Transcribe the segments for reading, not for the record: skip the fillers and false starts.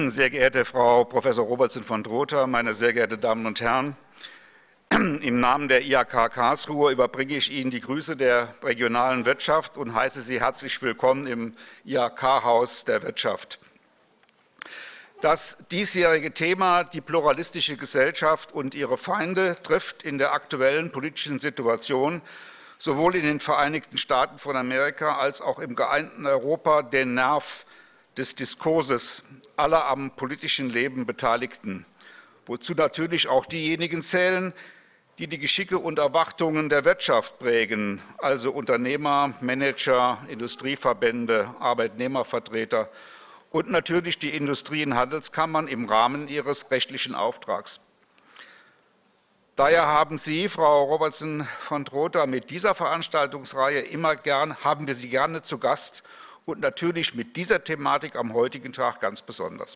Sehr geehrte Frau Professor Robertson von Trotha, meine sehr geehrten Damen und Herren, im Namen der IHK Karlsruhe überbringe ich Ihnen die Grüße der regionalen Wirtschaft und heiße Sie herzlich willkommen im IHK-Haus der Wirtschaft. Das diesjährige Thema, die pluralistische Gesellschaft und ihre Feinde, trifft in der aktuellen politischen Situation sowohl in den Vereinigten Staaten von Amerika als auch im geeinten Europa den Nerv des Diskurses aller am politischen Leben Beteiligten, wozu natürlich auch diejenigen zählen, die die Geschicke und Erwartungen der Wirtschaft prägen, also Unternehmer, Manager, Industrieverbände, Arbeitnehmervertreter und natürlich die Industrie- und Handelskammern im Rahmen ihres rechtlichen Auftrags. Daher haben Sie, Frau Robertson von Trotha, mit dieser Veranstaltungsreihe haben wir Sie gerne zu Gast und natürlich mit dieser Thematik am heutigen Tag ganz besonders.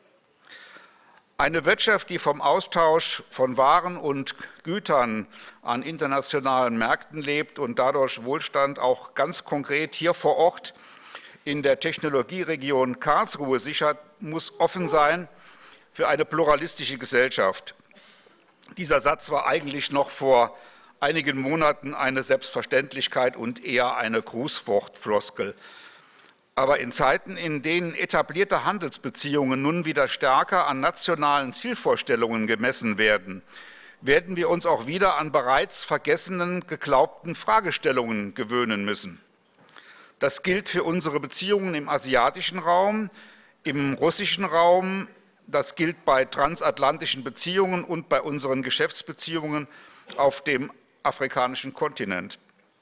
Eine Wirtschaft, die vom Austausch von Waren und Gütern an internationalen Märkten lebt und dadurch Wohlstand auch ganz konkret hier vor Ort in der Technologieregion Karlsruhe sichert, muss offen sein für eine pluralistische Gesellschaft. Dieser Satz war eigentlich noch vor einigen Monaten eine Selbstverständlichkeit und eher eine Grußwortfloskel. Aber in Zeiten, in denen etablierte Handelsbeziehungen nun wieder stärker an nationalen Zielvorstellungen gemessen werden, werden wir uns auch wieder an bereits vergessenen, geglaubten Fragestellungen gewöhnen müssen. Das gilt für unsere Beziehungen im asiatischen Raum, im russischen Raum, das gilt bei transatlantischen Beziehungen und bei unseren Geschäftsbeziehungen auf dem afrikanischen Kontinent.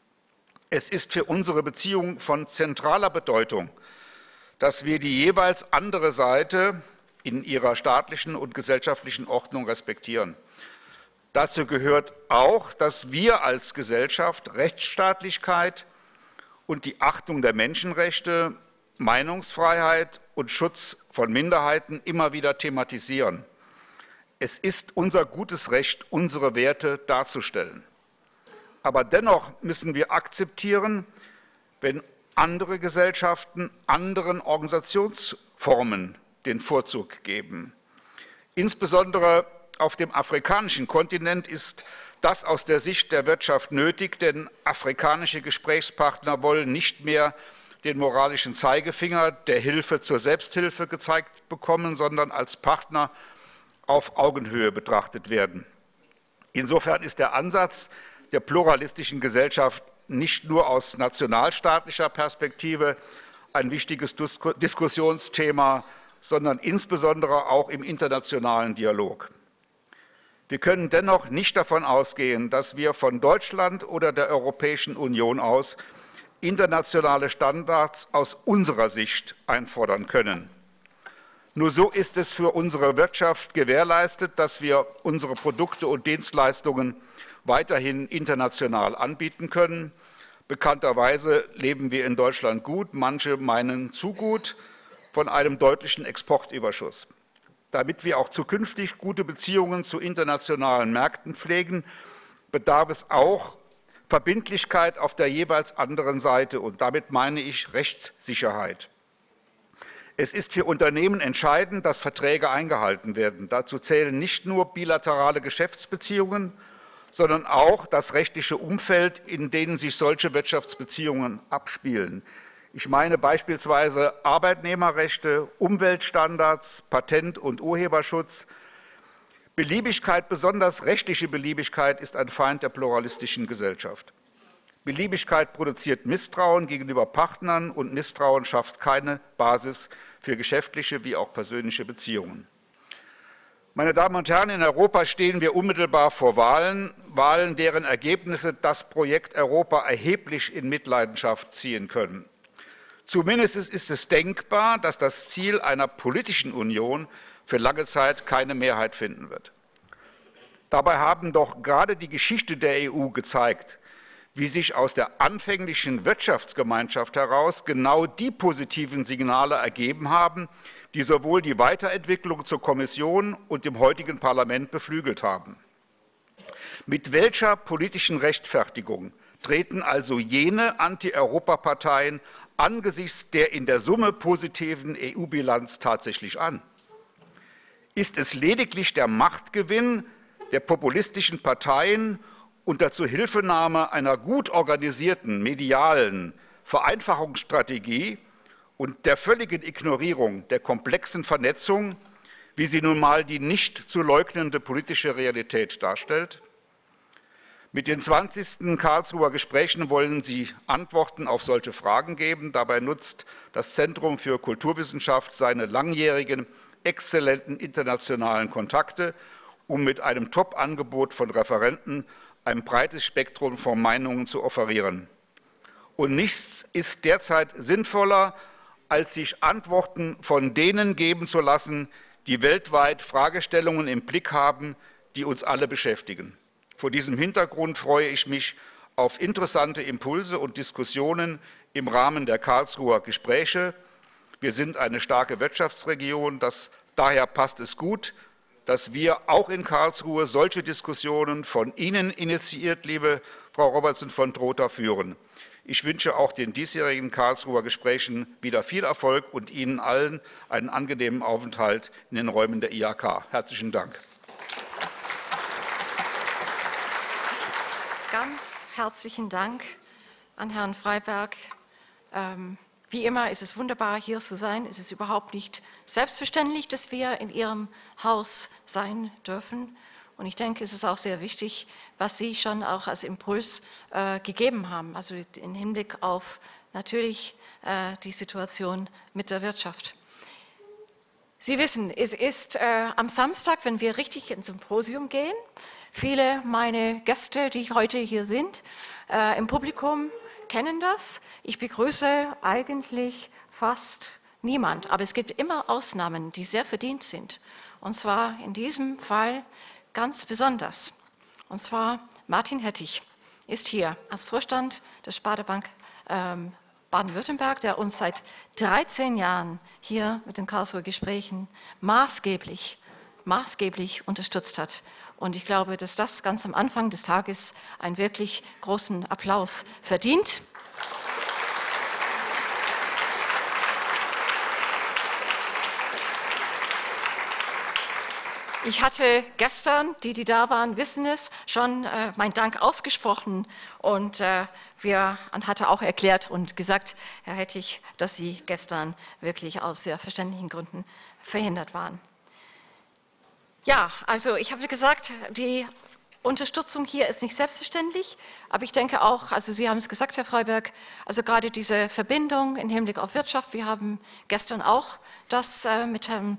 Es ist für unsere Beziehungen von zentraler Bedeutung, dass wir die jeweils andere Seite in ihrer staatlichen und gesellschaftlichen Ordnung respektieren. Dazu gehört auch, dass wir als Gesellschaft Rechtsstaatlichkeit und die Achtung der Menschenrechte, Meinungsfreiheit und Schutz von Minderheiten immer wieder thematisieren. Es ist unser gutes Recht, unsere Werte darzustellen. Aber dennoch müssen wir akzeptieren, wenn andere Gesellschaften anderen Organisationsformen den Vorzug geben. Insbesondere auf dem afrikanischen Kontinent ist das aus der Sicht der Wirtschaft nötig, denn afrikanische Gesprächspartner wollen nicht mehr den moralischen Zeigefinger der Hilfe zur Selbsthilfe gezeigt bekommen, sondern als Partner auf Augenhöhe betrachtet werden. Insofern ist der Ansatz der pluralistischen Gesellschaft nicht nur aus nationalstaatlicher Perspektive ein wichtiges Diskussionsthema, sondern insbesondere auch im internationalen Dialog. Wir können dennoch nicht davon ausgehen, dass wir von Deutschland oder der Europäischen Union aus internationale Standards aus unserer Sicht einfordern können. Nur so ist es für unsere Wirtschaft gewährleistet, dass wir unsere Produkte und Dienstleistungen weiterhin international anbieten können. Bekannterweise leben wir in Deutschland gut, manche meinen zu gut, von einem deutlichen Exportüberschuss. Damit wir auch zukünftig gute Beziehungen zu internationalen Märkten pflegen, bedarf es auch Verbindlichkeit auf der jeweils anderen Seite, und damit meine ich Rechtssicherheit. Es ist für Unternehmen entscheidend, dass Verträge eingehalten werden. Dazu zählen nicht nur bilaterale Geschäftsbeziehungen, sondern auch das rechtliche Umfeld, in dem sich solche Wirtschaftsbeziehungen abspielen. Ich meine beispielsweise Arbeitnehmerrechte, Umweltstandards, Patent- und Urheberschutz. Beliebigkeit, besonders rechtliche Beliebigkeit, ist ein Feind der pluralistischen Gesellschaft. Beliebigkeit produziert Misstrauen gegenüber Partnern und Misstrauen schafft keine Basis für geschäftliche wie auch persönliche Beziehungen. Meine Damen und Herren, in Europa stehen wir unmittelbar vor Wahlen, deren Ergebnisse das Projekt Europa erheblich in Mitleidenschaft ziehen können. Zumindest ist es denkbar, dass das Ziel einer politischen Union für lange Zeit keine Mehrheit finden wird. Dabei haben doch gerade die Geschichte der EU gezeigt, wie sich aus der anfänglichen Wirtschaftsgemeinschaft heraus genau die positiven Signale ergeben haben, die sowohl die Weiterentwicklung zur Kommission und dem heutigen Parlament beflügelt haben. Mit welcher politischen Rechtfertigung treten also jene Anti-Europa-Parteien angesichts der in der Summe positiven EU-Bilanz tatsächlich an? ist es lediglich der Machtgewinn der populistischen Parteien unter Zuhilfenahme einer gut organisierten medialen Vereinfachungsstrategie und der völligen Ignorierung der komplexen Vernetzung, wie sie nun mal die nicht zu leugnende politische Realität darstellt? Mit den 20. Karlsruher Gesprächen wollen Sie Antworten auf solche Fragen geben. Dabei nutzt das Zentrum für Kulturwissenschaft seine langjährigen, exzellenten internationalen Kontakte, um mit einem Top-Angebot von Referenten ein breites Spektrum von Meinungen zu offerieren. Und nichts ist derzeit sinnvoller, als sich Antworten von denen geben zu lassen, die weltweit Fragestellungen im Blick haben, die uns alle beschäftigen. Vor diesem Hintergrund freue ich mich auf interessante Impulse und Diskussionen im Rahmen der Karlsruher Gespräche. Wir sind eine starke Wirtschaftsregion, daher passt es gut, dass wir auch in Karlsruhe solche Diskussionen von Ihnen initiiert, liebe Frau Robertson von Trotha, führen. Ich wünsche auch den diesjährigen Karlsruher Gesprächen wieder viel Erfolg und Ihnen allen einen angenehmen Aufenthalt in den Räumen der IHK. Herzlichen Dank. Ganz herzlichen Dank an Herrn Freyberg. Wie immer ist es wunderbar, hier zu sein. Es ist überhaupt nicht selbstverständlich, dass wir in Ihrem Haus sein dürfen. Und ich denke, es ist auch sehr wichtig, was Sie schon auch als Impuls gegeben haben, also im Hinblick auf natürlich die Situation mit der Wirtschaft. Sie wissen, es ist am Samstag, wenn wir richtig ins Symposium gehen. Viele meiner Gäste, die heute hier sind, im Publikum kennen das. Ich begrüße eigentlich fast niemand, aber es gibt immer Ausnahmen, die sehr verdient sind. Und zwar in diesem Fall ganz besonders. Und zwar Martin Hettich ist hier als Vorstand der Sparda-Bank Baden-Württemberg, der uns seit 13 Jahren hier mit den Karlsruher Gesprächen maßgeblich unterstützt hat. Und ich glaube, dass das ganz am Anfang des Tages einen wirklich großen Applaus verdient. Ich hatte gestern, die da waren, wissen es, schon meinen Dank ausgesprochen und hatte auch erklärt und gesagt, Herr Hettich, dass Sie gestern wirklich aus sehr verständlichen Gründen verhindert waren. Ja, also ich habe gesagt, die Unterstützung hier ist nicht selbstverständlich, aber ich denke auch, also Sie haben es gesagt, Herr Freyberg, also gerade diese Verbindung im Hinblick auf Wirtschaft, wir haben gestern auch das mit Herrn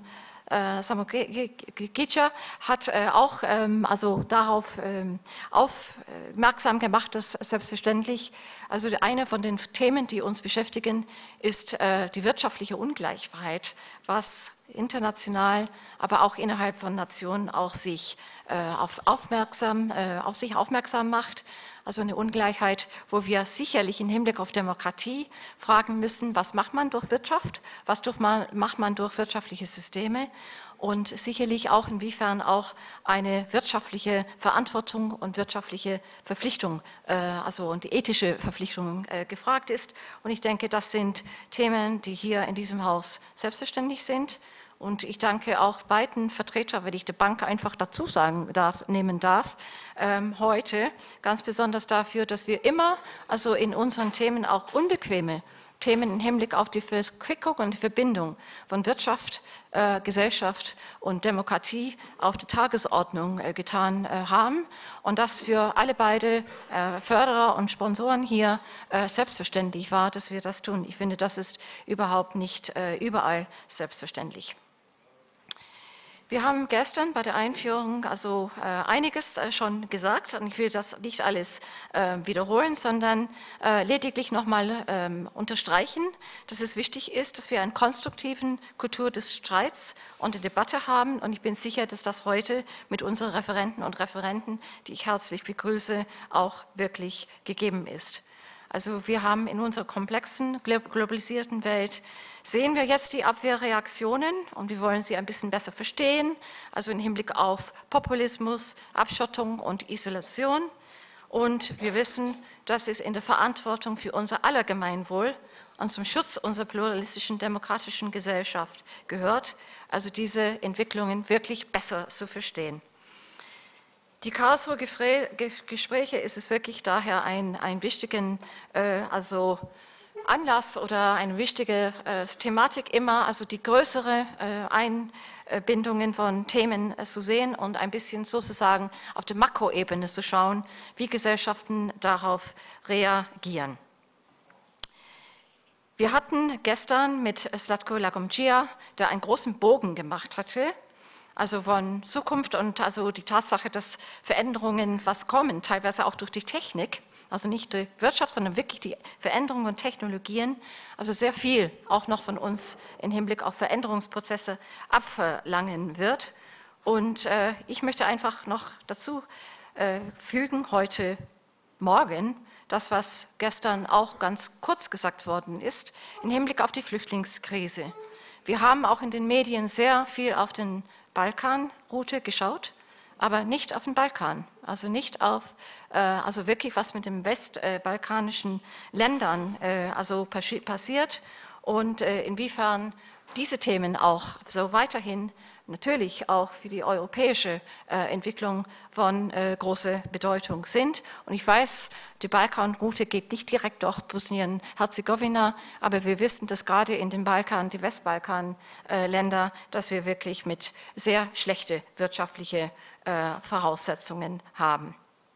Samogica hat auch also darauf aufmerksam gemacht, dass selbstverständlich, also eine von den Themen, die uns beschäftigen, ist die wirtschaftliche Ungleichheit, was international, aber auch innerhalb von Nationen auch sich auf sich aufmerksam macht. Also eine Ungleichheit, wo wir sicherlich im Hinblick auf Demokratie fragen müssen, was macht man durch Wirtschaft, was macht man durch wirtschaftliche Systeme und sicherlich auch inwiefern auch eine wirtschaftliche Verantwortung und wirtschaftliche Verpflichtung, und die ethische Verpflichtung gefragt ist. Und ich denke, das sind Themen, die hier in diesem Haus selbstverständlich sind. Und ich danke auch beiden Vertretern, wenn ich die Bank einfach dazu nehmen darf, heute ganz besonders dafür, dass wir immer, also in unseren Themen auch unbequeme Themen im Hinblick auf die Verquickung und die Verbindung von Wirtschaft, Gesellschaft und Demokratie auf die Tagesordnung getan haben und das für alle beide Förderer und Sponsoren hier selbstverständlich war, dass wir das tun. Ich finde, das ist überhaupt nicht überall selbstverständlich. Wir haben gestern bei der Einführung also einiges schon gesagt und ich will das nicht alles wiederholen, sondern lediglich nochmal unterstreichen, dass es wichtig ist, dass wir eine konstruktive Kultur des Streits und der Debatte haben und ich bin sicher, dass das heute mit unseren Referenten und Referenten, die ich herzlich begrüße, auch wirklich gegeben ist. Also wir haben in unserer komplexen, globalisierten Welt sehen wir jetzt die Abwehrreaktionen und wir wollen sie ein bisschen besser verstehen, also im Hinblick auf Populismus, Abschottung und Isolation. Und wir wissen, dass es in der Verantwortung für unser aller Gemeinwohl und zum Schutz unserer pluralistischen demokratischen Gesellschaft gehört, also diese Entwicklungen wirklich besser zu verstehen. Die Karlsruher Gespräche ist es wirklich daher ein wichtigen Anlass oder eine wichtige Thematik immer, also die größere Einbindungen von Themen zu sehen und ein bisschen sozusagen auf der Makroebene zu schauen, wie Gesellschaften darauf reagieren. Wir hatten gestern mit Zlatko Lagomdžija, der einen großen Bogen gemacht hatte, also von Zukunft und also die Tatsache, dass Veränderungen was kommen, teilweise auch durch die Technik, also nicht die Wirtschaft, sondern wirklich die Veränderungen und Technologien, also sehr viel auch noch von uns im Hinblick auf Veränderungsprozesse abverlangen wird. Und ich möchte einfach noch dazu fügen, heute Morgen, das, was gestern auch ganz kurz gesagt worden ist, im Hinblick auf die Flüchtlingskrise. Wir haben auch in den Medien sehr viel auf den Balkanroute geschaut, aber nicht auf den Balkan, also nicht auf, also wirklich was mit den westbalkanischen Ländern passiert und inwiefern diese Themen auch so weiterhin natürlich auch für die europäische Entwicklung von großer Bedeutung sind. Und ich weiß, die Balkanroute geht nicht direkt durch Bosnien-Herzegowina, aber wir wissen, dass gerade in den Balkan, die Westbalkan-Länder, dass wir wirklich mit sehr schlechten wirtschaftlichen Voraussetzungen haben.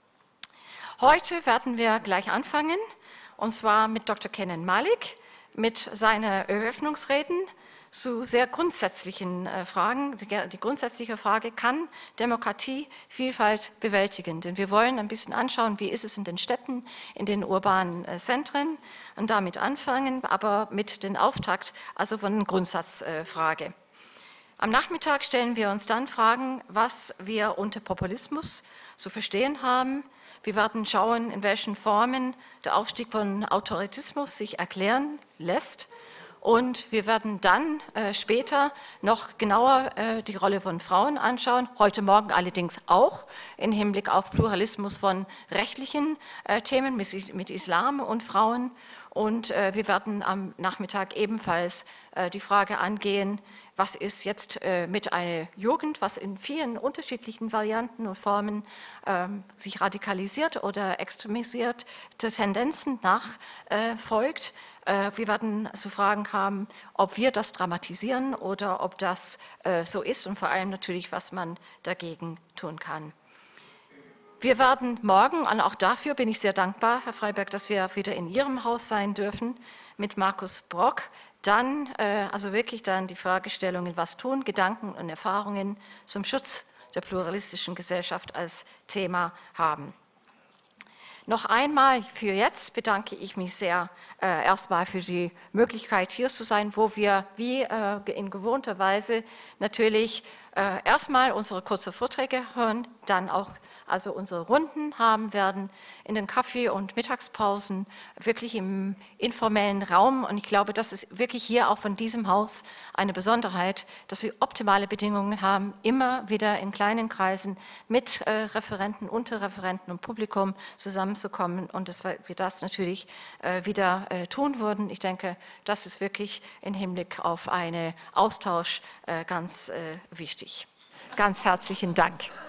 Heute werden wir gleich anfangen, und zwar mit Dr. Kenan Malik, mit seiner Eröffnungsreden zu sehr grundsätzlichen Fragen. Die grundsätzliche Frage, kann Demokratie Vielfalt bewältigen? Denn wir wollen ein bisschen anschauen, wie ist es in den Städten, in den urbanen Zentren und damit anfangen, aber mit dem Auftakt, also von der Grundsatzfrage. Am Nachmittag stellen wir uns dann Fragen, was wir unter Populismus zu verstehen haben. Wir werden schauen, in welchen Formen der Aufstieg von Autoritismus sich erklären lässt. Und wir werden dann später noch genauer die Rolle von Frauen anschauen, heute Morgen allerdings auch im Hinblick auf Pluralismus von rechtlichen Themen mit Islam und Frauen. Und wir werden am Nachmittag ebenfalls die Frage angehen, was ist jetzt mit einer Jugend, was in vielen unterschiedlichen Varianten und Formen sich radikalisiert oder extremisiert, Tendenzen nachfolgt. Wir werden zu Fragen haben, ob wir das dramatisieren oder ob das so ist und vor allem natürlich, was man dagegen tun kann. Wir werden morgen, und auch dafür bin ich sehr dankbar, Herr Freiberg, dass wir wieder in Ihrem Haus sein dürfen, mit Markus Brock, dann also wirklich dann die Fragestellungen, was tun, Gedanken und Erfahrungen zum Schutz der pluralistischen Gesellschaft als Thema haben. Noch einmal für jetzt bedanke ich mich sehr erstmal für die Möglichkeit, hier zu sein, wo wir wie in gewohnter Weise natürlich erstmal unsere kurzen Vorträge hören, dann auch also unsere Runden haben werden in den Kaffee- und Mittagspausen, wirklich im informellen Raum. Und ich glaube, das ist wirklich hier auch von diesem Haus eine Besonderheit, dass wir optimale Bedingungen haben, immer wieder in kleinen Kreisen mit Referenten, Unterreferenten und Publikum zusammenzukommen und dass wir das natürlich wieder tun würden. Ich denke, das ist wirklich im Hinblick auf einen Austausch ganz wichtig. Ganz herzlichen Dank.